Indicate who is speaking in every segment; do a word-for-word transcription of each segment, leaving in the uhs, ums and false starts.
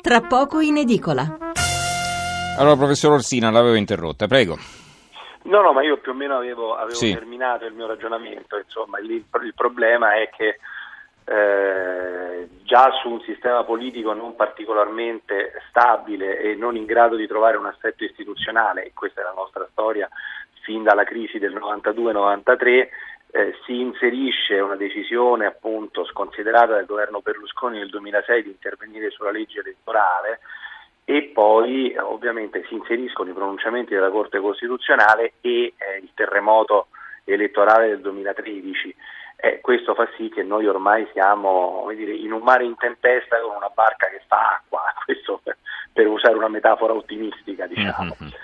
Speaker 1: tra poco in edicola.
Speaker 2: Allora, professor Orsina, l'avevo interrotta, prego.
Speaker 3: No, no, ma io più o meno avevo, avevo
Speaker 2: sì.
Speaker 3: terminato il mio ragionamento. Insomma, lì il, il problema è che eh, già su un sistema politico non particolarmente stabile e non in grado di trovare un assetto istituzionale, e questa è la nostra storia fin dalla crisi del novantadue novantatré, eh, si inserisce una decisione appunto sconsiderata dal governo Berlusconi nel duemilasei di intervenire sulla legge elettorale, e poi ovviamente si inseriscono i pronunciamenti della Corte Costituzionale e eh, il terremoto elettorale del duemilatredici. Eh, questo fa sì che noi ormai siamo, come dire, in un mare in tempesta con una barca che fa acqua, questo per, per usare una metafora ottimistica, diciamo. Mm-hmm.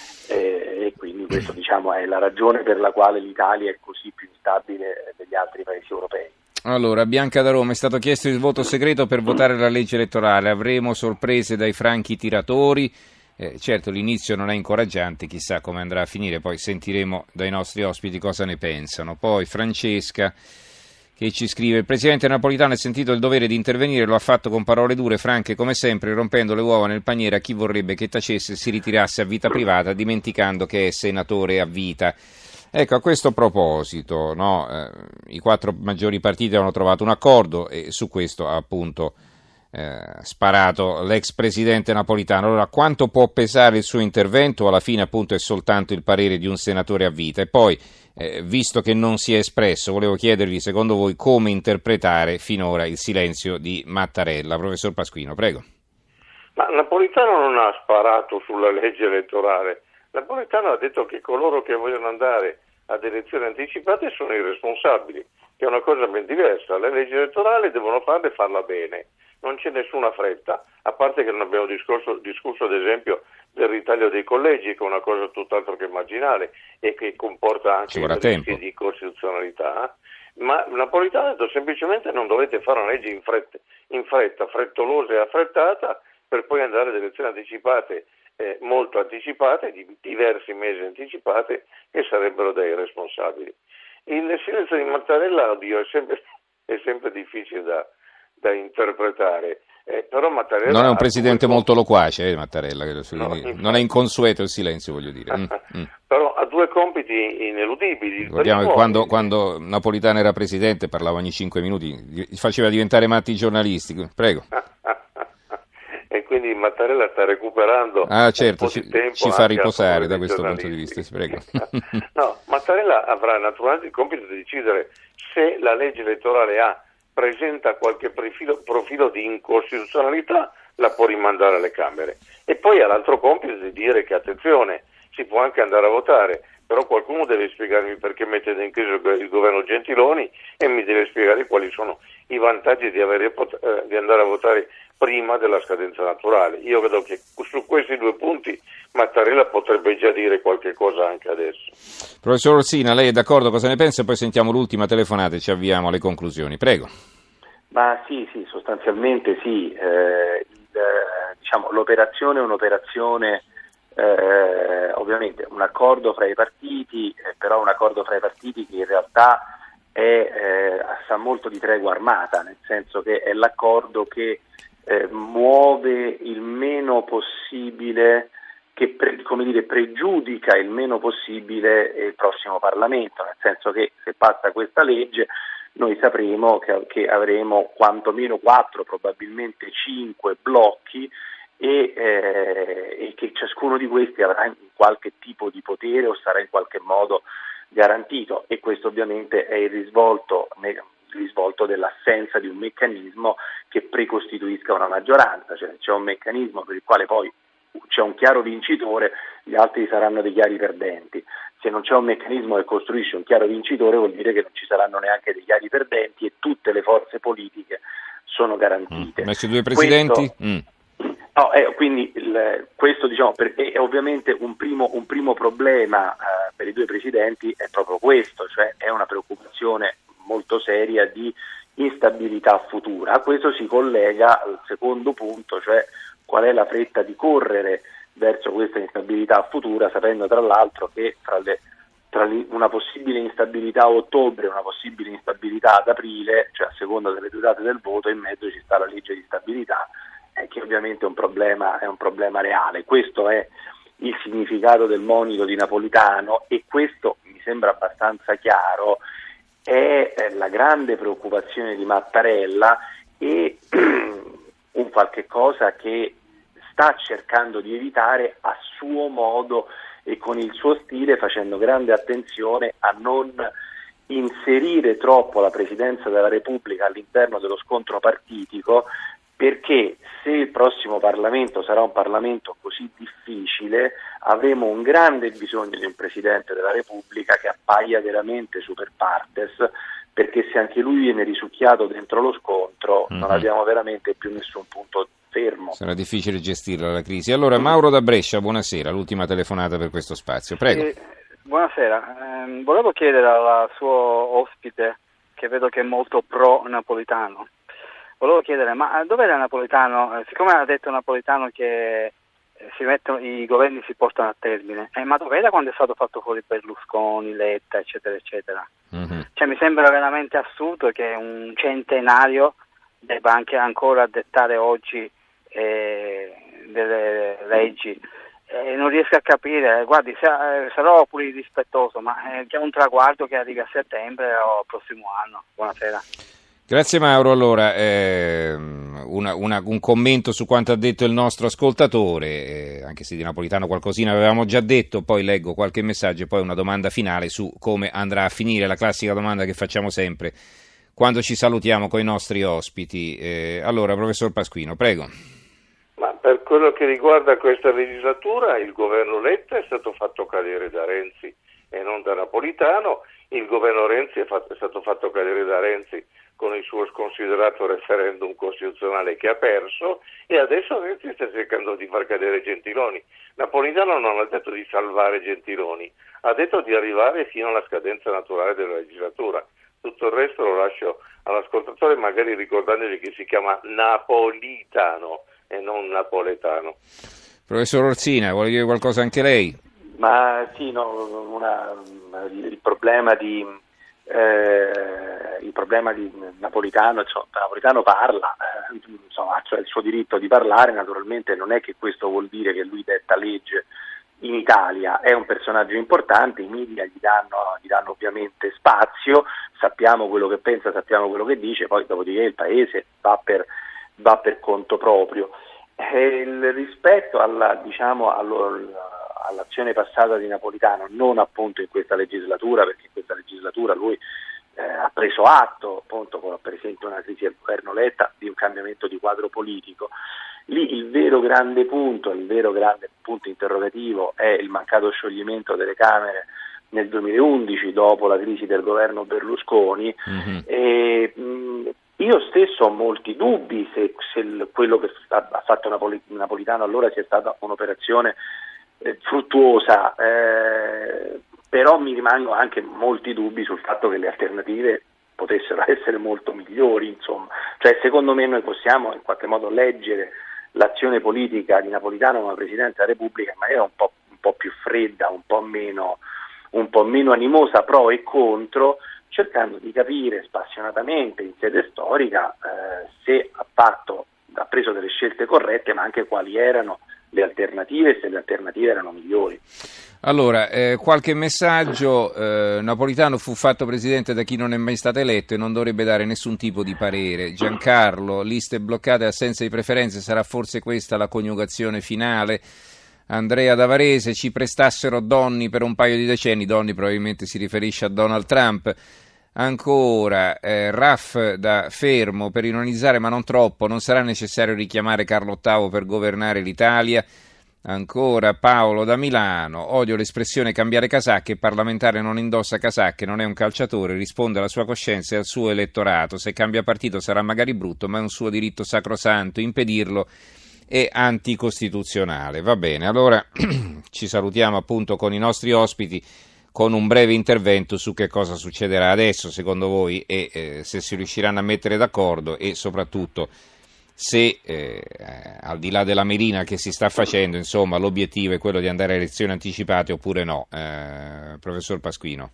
Speaker 3: Eh, e quindi questo, diciamo, è la ragione per la quale l'Italia è così più instabile degli altri paesi europei.
Speaker 2: Allora, Bianca da Roma, è stato chiesto il voto segreto per votare la legge elettorale, avremo sorprese dai franchi tiratori, eh, certo l'inizio non è incoraggiante, chissà come andrà a finire, poi sentiremo dai nostri ospiti cosa ne pensano. Poi Francesca che ci scrive: il presidente Napolitano ha sentito il dovere di intervenire, lo ha fatto con parole dure, franche come sempre, rompendo le uova nel paniere a chi vorrebbe che tacesse e si ritirasse a vita privata, dimenticando che è senatore a vita. Ecco, a questo proposito, no, eh, i quattro maggiori partiti hanno trovato un accordo e su questo ha appunto eh, sparato l'ex presidente Napolitano. Allora, quanto può pesare il suo intervento? Alla fine appunto è soltanto il parere di un senatore a vita. E poi, eh, visto che non si è espresso, volevo chiedervi secondo voi come interpretare finora il silenzio di Mattarella. Professor Pasquino, prego.
Speaker 4: Ma Napolitano non ha sparato sulla legge elettorale. Napolitano ha detto che coloro che vogliono andare ad elezioni anticipate sono irresponsabili, che è una cosa ben diversa. Le leggi elettorali devono farle e farla bene, non c'è nessuna fretta, a parte che non abbiamo discorso, discusso ad esempio del ritaglio dei collegi, che è una cosa tutt'altro che marginale e che comporta anche rischi di costituzionalità. Ma Napolitano ha detto semplicemente non dovete fare una legge in fretta, in fretta frettolosa e affrettata per poi andare ad elezioni anticipate Eh, molto anticipate, di diversi mesi anticipate, che sarebbero dei irresponsabili. Il silenzio di Mattarella, oddio, è sempre, è sempre difficile da, da interpretare, eh, però Mattarella
Speaker 2: non è un presidente
Speaker 4: due...
Speaker 2: molto loquace, eh, Mattarella, no, non è inconsueto il silenzio, voglio dire. mm, mm.
Speaker 4: Però ha due compiti ineludibili.
Speaker 2: Ricordiamo che quando, quando Napolitano era presidente parlava ogni cinque minuti, gli faceva diventare matti i giornalisti. Prego.
Speaker 4: E quindi Mattarella sta recuperando
Speaker 2: ah, certo,
Speaker 4: un po' di
Speaker 2: ci,
Speaker 4: tempo
Speaker 2: ci fa riposare da questo punto di vista, prego.
Speaker 4: No, Mattarella avrà naturalmente il compito di decidere se la legge elettorale ha presenta qualche profilo, profilo di incostituzionalità, la può rimandare alle Camere. E poi ha l'altro compito di dire che, attenzione, si può anche andare a votare, però qualcuno deve spiegarmi perché mettete in crisi il governo Gentiloni e mi deve spiegare quali sono i vantaggi di, avere, eh, di andare a votare prima della scadenza naturale. Io vedo che su questi due punti Mattarella potrebbe già dire qualche cosa anche adesso.
Speaker 2: Professor Orsina, lei è d'accordo? Cosa ne pensa? Poi sentiamo l'ultima telefonata e ci avviamo alle conclusioni. Prego.
Speaker 3: Ma sì, sì, sostanzialmente sì. Eh, il, eh, diciamo, l'operazione è un'operazione, eh, ovviamente un accordo fra i partiti, eh, però un accordo fra i partiti che in realtà è eh, sa molto di tregua armata, nel senso che è l'accordo che Eh, muove il meno possibile, che pre, come dire, pregiudica il meno possibile il prossimo Parlamento, nel senso che se passa questa legge noi sapremo che, che avremo quantomeno quattro, probabilmente cinque blocchi e, eh, e che ciascuno di questi avrà qualche tipo di potere o sarà in qualche modo garantito, e questo ovviamente è il risvolto negativo risvolto dell'assenza di un meccanismo che precostituisca una maggioranza, cioè c'è un meccanismo per il quale poi c'è un chiaro vincitore, gli altri saranno dei chiari perdenti. Se non c'è un meccanismo che costruisce un chiaro vincitore vuol dire che non ci saranno neanche dei chiari perdenti e tutte le forze politiche sono garantite.
Speaker 2: Mm. Messo due presidenti?
Speaker 3: Questo,
Speaker 2: mm.
Speaker 3: No, eh, quindi il, questo diciamo per, è ovviamente un primo, un primo problema eh, per i due presidenti è proprio questo, cioè è una preoccupazione molto seria di instabilità futura. A questo si collega al secondo punto, cioè qual è la fretta di correre verso questa instabilità futura, sapendo tra l'altro che tra, le, tra una possibile instabilità a ottobre e una possibile instabilità ad aprile, cioè a seconda delle due date del voto, in mezzo ci sta la legge di stabilità, eh, che ovviamente è un problema, è un problema reale. Questo è il significato del monito di Napolitano e questo mi sembra abbastanza chiaro, è la grande preoccupazione di Mattarella e un qualche cosa che sta cercando di evitare a suo modo e con il suo stile, facendo grande attenzione a non inserire troppo la Presidenza della Repubblica all'interno dello scontro partitico, perché se il prossimo Parlamento sarà un Parlamento così difficile avremo un grande bisogno di un Presidente della Repubblica che appaia veramente super partes, perché se anche lui viene risucchiato dentro lo scontro mm-hmm. non abbiamo veramente più nessun punto fermo.
Speaker 2: Sarà difficile gestirla la crisi. Allora Mauro da Brescia, buonasera, l'ultima telefonata per questo spazio, prego.
Speaker 1: Eh, buonasera, eh, volevo chiedere al suo ospite, che vedo che è molto pro Napolitano, volevo chiedere, ma dove era Napolitano? Eh, siccome ha detto Napolitano che eh, si mettono, i governi si portano a termine, eh, ma dove era quando è stato fatto fuori Berlusconi, Letta, eccetera, eccetera? Mm-hmm. Cioè mi sembra veramente assurdo che un centenario debba anche ancora dettare oggi eh, delle leggi. Eh, non riesco a capire, guardi, sa, eh, sarò pure rispettoso, ma è già un traguardo che arrivi a settembre o al prossimo anno. Buonasera.
Speaker 2: Grazie Mauro. Allora, eh, una, una, un commento su quanto ha detto il nostro ascoltatore, eh, anche se di Napolitano qualcosina avevamo già detto, poi leggo qualche messaggio e poi una domanda finale su come andrà a finire, la classica domanda che facciamo sempre quando ci salutiamo con i nostri ospiti. Eh, allora, professor Pasquino, prego.
Speaker 4: Ma per quello che riguarda questa legislatura, il governo Letta è stato fatto cadere da Renzi e non da Napolitano, il governo Renzi è, fatto, è stato fatto cadere da Renzi con il suo sconsiderato referendum costituzionale che ha perso, e adesso Renzi sta cercando di far cadere Gentiloni. Napolitano non ha detto di salvare Gentiloni, ha detto di arrivare fino alla scadenza naturale della legislatura. Tutto il resto lo lascio all'ascoltatore, magari ricordandogli che si chiama Napolitano e non napoletano.
Speaker 2: Professor Orsina, vuole dire qualcosa anche lei?
Speaker 3: Ma sì, no, una, il problema di eh, il problema di Napolitano, insomma, Napolitano parla, eh, insomma, cioè il suo diritto di parlare, naturalmente non è che questo vuol dire che lui detta legge in Italia, è un personaggio importante, i media gli danno, gli danno ovviamente spazio, sappiamo quello che pensa, sappiamo quello che dice, poi dopodiché il paese va per, va per conto proprio. E il rispetto alla, diciamo, allo, all'azione passata di Napolitano, non appunto in questa legislatura, perché in questa legislatura lui eh, ha preso atto, appunto, con per esempio una crisi del governo Letta, di un cambiamento di quadro politico. Lì il vero grande punto, il vero grande punto interrogativo è il mancato scioglimento delle Camere nel duemilaundici, dopo la crisi del governo Berlusconi. Mm-hmm. E, mh, io stesso ho molti dubbi se, se il, quello che ha fatto Napoli, Napolitano allora sia stata un'operazione eh, fruttuosa, eh, però mi rimangono anche molti dubbi sul fatto che le alternative potessero essere molto migliori, insomma. Cioè, secondo me noi possiamo in qualche modo leggere l'azione politica di Napolitano come Presidente della Repubblica in maniera un po', un po' più fredda, un po' meno, un po' meno animosa, pro e contro, cercando di capire spassionatamente in sede storica eh, se ha fatto, ha preso delle scelte corrette, ma anche quali erano le alternative e se le alternative erano migliori.
Speaker 2: Allora, eh, qualche messaggio. eh, Napolitano fu fatto presidente da chi non è mai stato eletto e non dovrebbe dare nessun tipo di parere. Giancarlo, liste bloccate, assenza di preferenze, sarà forse questa la coniugazione finale? Andrea da Varese, ci prestassero Donni per un paio di decenni, Donni probabilmente si riferisce a Donald Trump. Ancora, eh, Raff da Fermo, per ironizzare ma non troppo, non sarà necessario richiamare Carlo ottavo per governare l'Italia. Ancora Paolo da Milano, odio l'espressione cambiare casacche, il parlamentare non indossa casacche, non è un calciatore, risponde alla sua coscienza e al suo elettorato, se cambia partito sarà magari brutto ma è un suo diritto sacrosanto, impedirlo è anticostituzionale. Va bene, allora ci salutiamo appunto con i nostri ospiti con un breve intervento su che cosa succederà adesso secondo voi e eh, se si riusciranno a mettere d'accordo e soprattutto se eh, al di là della melina che si sta facendo, insomma, l'obiettivo è quello di andare a elezioni anticipate oppure no. Eh, professor Pasquino.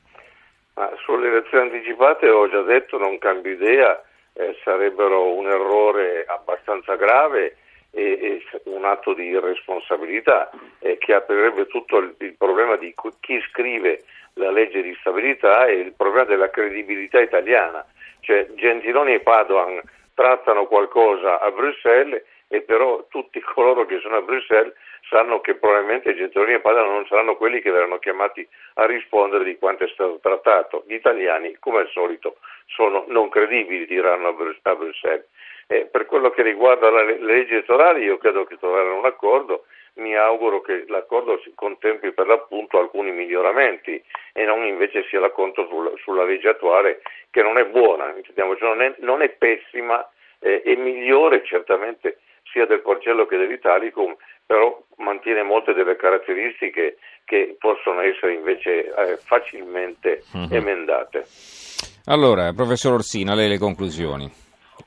Speaker 4: Ma sulle elezioni anticipate ho già detto, non cambio idea, eh, sarebbero un errore abbastanza grave è un atto di irresponsabilità eh, che aprirebbe tutto il, il problema di chi scrive la legge di stabilità e il problema della credibilità italiana. Cioè Gentiloni e Padoan trattano qualcosa a Bruxelles e però tutti coloro che sono a Bruxelles sanno che probabilmente Gentiloni e Padoan non saranno quelli che verranno chiamati a rispondere di quanto è stato trattato. Gli italiani, come al solito, sono non credibili, diranno a, Bru- a Bruxelles. Eh, per quello che riguarda la, le leggi elettorali, io credo che troveranno un accordo. Mi auguro che l'accordo si contempli per l'appunto alcuni miglioramenti e non invece sia l'accordo sul, sulla legge attuale, che non è buona, non è, non è pessima, eh, è migliore certamente sia del Porcello che dell'Italicum, però mantiene molte delle caratteristiche che possono essere invece eh, facilmente uh-huh. emendate.
Speaker 2: Allora, professor Orsina, lei le conclusioni.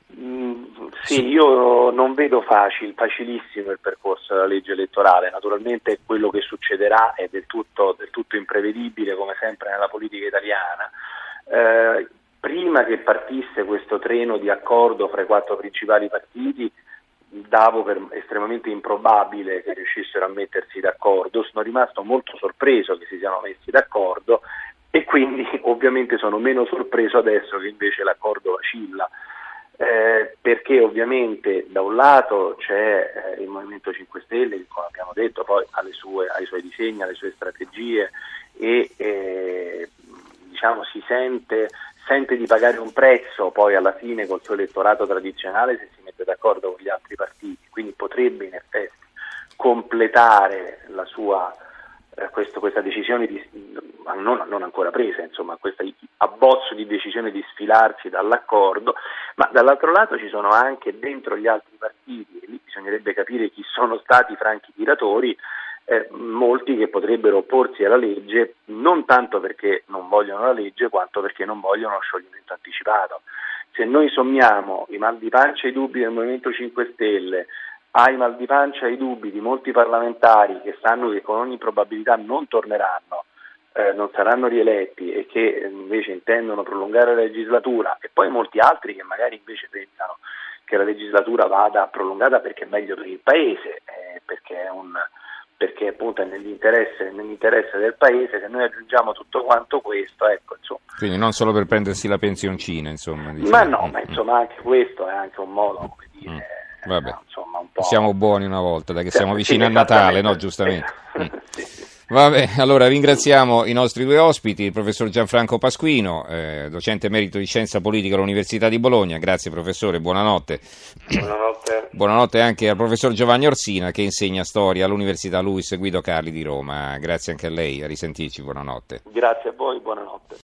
Speaker 3: Mm, sì, io non vedo facile, facilissimo il percorso della legge elettorale. Naturalmente quello che succederà è del tutto, del tutto imprevedibile, come sempre nella politica italiana. Eh, prima che partisse questo treno di accordo fra i quattro principali partiti, davo per estremamente improbabile che riuscissero a mettersi d'accordo. Sono rimasto molto sorpreso che si siano messi d'accordo e quindi ovviamente sono meno sorpreso adesso che invece l'accordo vacilla. Eh, perché ovviamente da un lato c'è eh, il Movimento cinque Stelle che, come abbiamo detto, poi ha le sue, ha i suoi disegni, ha le sue strategie e eh, diciamo si sente, sente di pagare un prezzo poi alla fine col suo elettorato tradizionale se si mette d'accordo con gli altri partiti, quindi potrebbe in effetti completare la sua eh, questo, questa decisione di non, non ancora presa, insomma, questo abbozzo di decisione di sfilarsi dall'accordo, ma dall'altro lato ci sono anche dentro gli altri partiti, e lì bisognerebbe capire chi sono stati i franchi tiratori, eh, molti che potrebbero opporsi alla legge, non tanto perché non vogliono la legge, quanto perché non vogliono lo scioglimento anticipato. Se noi sommiamo i mal di pancia e i dubbi del Movimento cinque Stelle ai mal di pancia e ai dubbi di molti parlamentari che sanno che con ogni probabilità non torneranno, Eh, non saranno rieletti e che invece intendono prolungare la legislatura, e poi molti altri che magari invece pensano che la legislatura vada prolungata perché è meglio per il Paese, eh, perché è un perché appunto è nell'interesse, nell'interesse del Paese. Se noi aggiungiamo tutto quanto questo, ecco, insomma.
Speaker 2: Quindi non solo per prendersi la pensioncina, insomma. Diciamo.
Speaker 3: Ma no, ma insomma anche questo è anche un modo, come dire,
Speaker 2: mm. Vabbè.
Speaker 3: No, insomma, un po'.
Speaker 2: Siamo buoni una volta, da che
Speaker 3: Sì,
Speaker 2: siamo
Speaker 3: sì,
Speaker 2: vicini a Natale, no? Giustamente. Mm. Vabbè, allora ringraziamo i nostri due ospiti, il professor Gianfranco Pasquino, eh, docente emerito di Scienza Politica all'Università di Bologna. Grazie professore, buonanotte.
Speaker 4: Buonanotte.
Speaker 2: Buonanotte anche al professor Giovanni Orsina che insegna storia all'Università Luis Guido Carli di Roma. Grazie anche a lei, a risentirci, buonanotte.
Speaker 3: Grazie a voi, buonanotte.